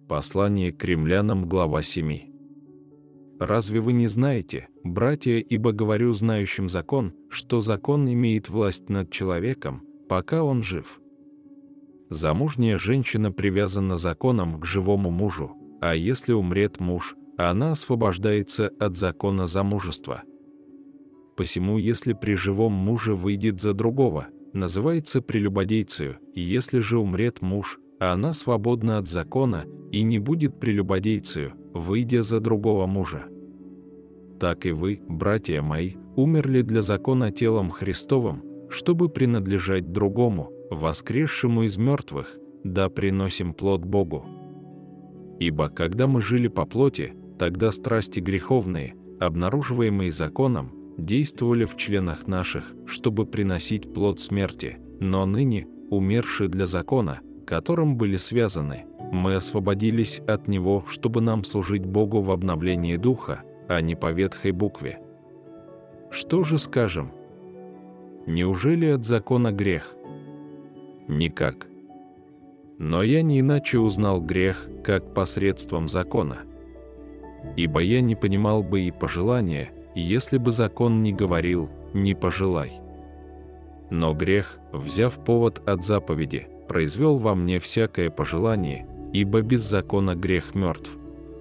Послание к римлянам, глава 7. Разве вы не знаете, братья, ибо говорю знающим закон, что закон имеет власть над человеком, пока он жив? Замужняя женщина привязана законом к живому мужу, а если умрет муж, она освобождается от закона замужества. Посему, если при живом муже выйдет за другого, называется прелюбодейцею, и если же умрет муж, она свободна от закона и не будет прелюбодейцею, выйдя за другого мужа. Так и вы, братья мои, умерли для закона телом Христовым, чтобы принадлежать другому, воскресшему из мертвых, да приносим плод Богу. Ибо когда мы жили по плоти, тогда страсти греховные, обнаруживаемые законом, действовали в членах наших, чтобы приносить плод смерти, но ныне, умершие для закона, которым были связаны, мы освободились от него, чтобы нам служить Богу в обновлении духа, а не по ветхой букве. Что же скажем? Неужели от закона грех? Никак. Но я не иначе узнал грех, как посредством закона. Ибо я не понимал бы и пожелания, если бы закон не говорил «не пожелай». Но грех, взяв повод от заповеди, произвел во мне всякое пожелание, ибо без закона грех мертв.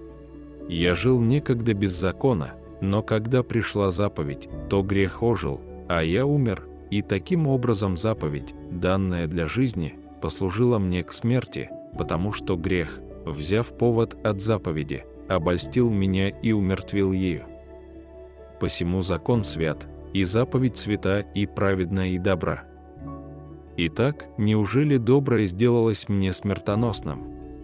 Я жил некогда без закона, но когда пришла заповедь, то грех ожил, а я умер, и таким образом заповедь, данная для жизни, послужила мне к смерти, потому что грех, взяв повод от заповеди, обольстил меня и умертвил ею. Посему закон свят, и заповедь свята, и праведна, и добра. Итак, неужели доброе сделалось мне смертоносным?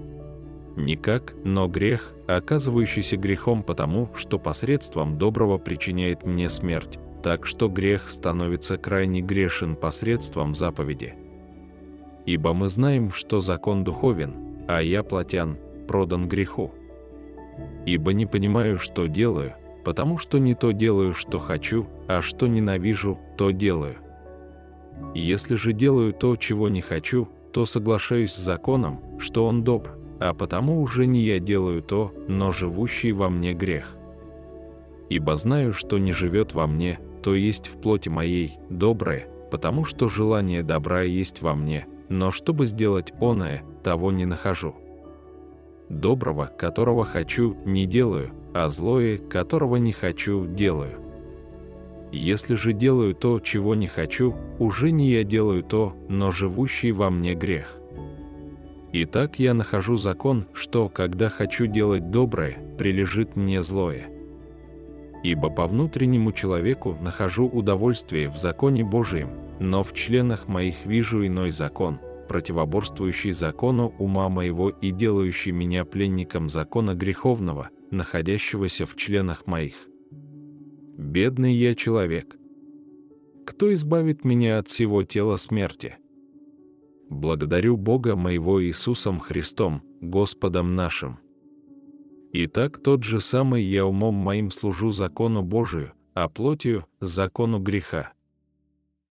Никак, но грех, оказывающийся грехом потому, что посредством доброго причиняет мне смерть, так что грех становится крайне грешен посредством заповеди. Ибо мы знаем, что закон духовен, а я, плотян, продан греху. Ибо не понимаю, что делаю, потому что не то делаю, что хочу, а что ненавижу, то делаю. Если же делаю то, чего не хочу, то соглашаюсь с законом, что он добр, а потому уже не я делаю то, но живущий во мне грех. Ибо знаю, что не живет во мне, то есть в плоти моей, доброе, потому что желание добра есть во мне, но чтобы сделать оное, того не нахожу. Доброго, которого хочу, не делаю, а злое, которого не хочу, делаю. Если же делаю то, чего не хочу, уже не я делаю то, но живущий во мне грех. Итак, я нахожу закон, что, когда хочу делать доброе, прилежит мне злое. Ибо по внутреннему человеку нахожу удовольствие в законе Божием, но в членах моих вижу иной закон, противоборствующий закону ума моего и делающий меня пленником закона греховного, находящегося в членах моих. Бедный я человек! Кто избавит меня от сего тела смерти? Благодарю Бога моего Иисусом Христом, Господом нашим. Итак, тот же самый я умом моим служу закону Божию, а плотью – закону греха.